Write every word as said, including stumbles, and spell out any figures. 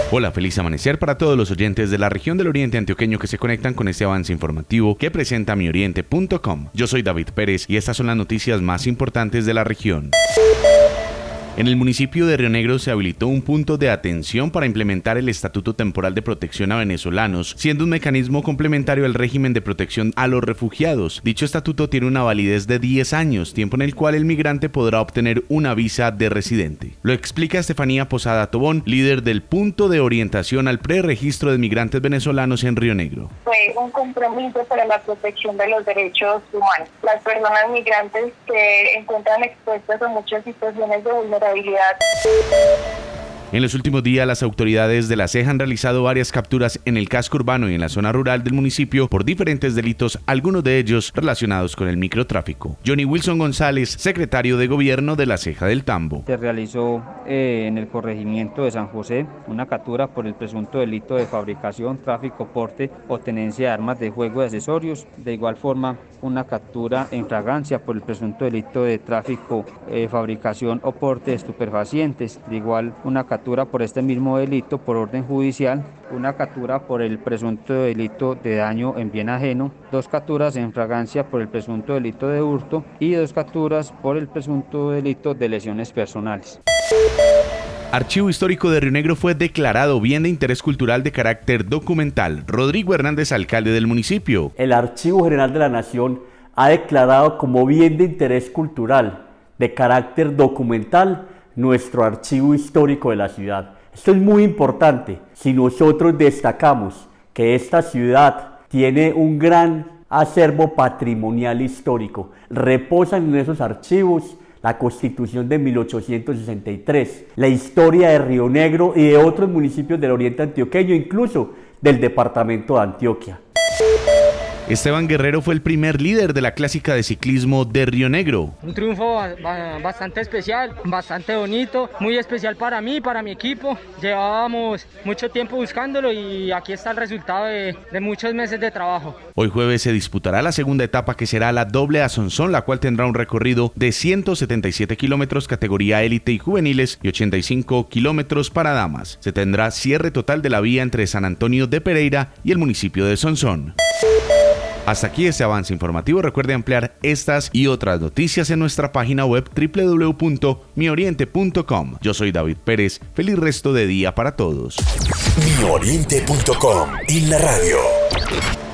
Hola, feliz amanecer para todos los oyentes de la región del Oriente Antioqueño que se conectan con este avance informativo que presenta mi oriente punto com. Yo soy David Pérez y estas son las noticias más importantes de la región. En el municipio de Río Negro se habilitó un punto de atención para implementar el Estatuto Temporal de Protección a Venezolanos, siendo un mecanismo complementario al régimen de protección a los refugiados. Dicho estatuto tiene una validez de diez años, tiempo en el cual el migrante podrá obtener una visa de residente. Lo explica Estefanía Posada Tobón, líder del punto de orientación al preregistro de migrantes venezolanos en Río Negro. Fue un compromiso para la protección de los derechos humanos. Las personas migrantes que encuentran expuestas a muchas situaciones de vulnerabilidad. En los últimos días, las autoridades de la C E J han realizado varias capturas en el casco urbano y en la zona rural del municipio por diferentes delitos, algunos de ellos relacionados con el microtráfico. Johnny Wilson González, secretario de Gobierno de la Ceja del Tambo. Se realizó eh, en el corregimiento de San José una captura por el presunto delito de fabricación, tráfico, porte o tenencia de armas de juego y accesorios. De igual forma, una captura en flagrancia por el presunto delito de tráfico, eh, fabricación o porte de estupefacientes. De igual, una captura por este mismo delito por orden judicial, una captura por el presunto delito de daño en bien ajeno, dos capturas en flagrancia por el presunto delito de hurto y dos capturas por el presunto delito de lesiones personales. Archivo Histórico de Río Negro fue declarado bien de interés cultural de carácter documental. Rodrigo Hernández, alcalde del municipio. El Archivo General de la Nación ha declarado como bien de interés cultural de carácter documental nuestro archivo histórico de la ciudad. Esto es muy importante. Si nosotros destacamos que esta ciudad tiene un gran acervo patrimonial histórico, reposan en esos archivos la Constitución de mil ochocientos sesenta y tres, la historia de Río Negro y de otros municipios del Oriente Antioqueño, incluso del departamento de Antioquia. Esteban Guerrero fue el primer líder de la clásica de ciclismo de Río Negro. Un triunfo bastante especial, bastante bonito, muy especial para mí, para mi equipo. Llevábamos mucho tiempo buscándolo y aquí está el resultado de, de muchos meses de trabajo. Hoy jueves se disputará la segunda etapa, que será la doble a Sonsón, la cual tendrá un recorrido de ciento setenta y siete kilómetros categoría élite y juveniles y ochenta y cinco kilómetros para damas. Se tendrá cierre total de la vía entre San Antonio de Pereira y el municipio de Sonsón. Hasta aquí este avance informativo. Recuerde ampliar estas y otras noticias en nuestra página web doble u doble u doble u punto mi oriente punto com. Yo soy David Pérez. Feliz resto de día para todos. mi oriente punto com, en la radio.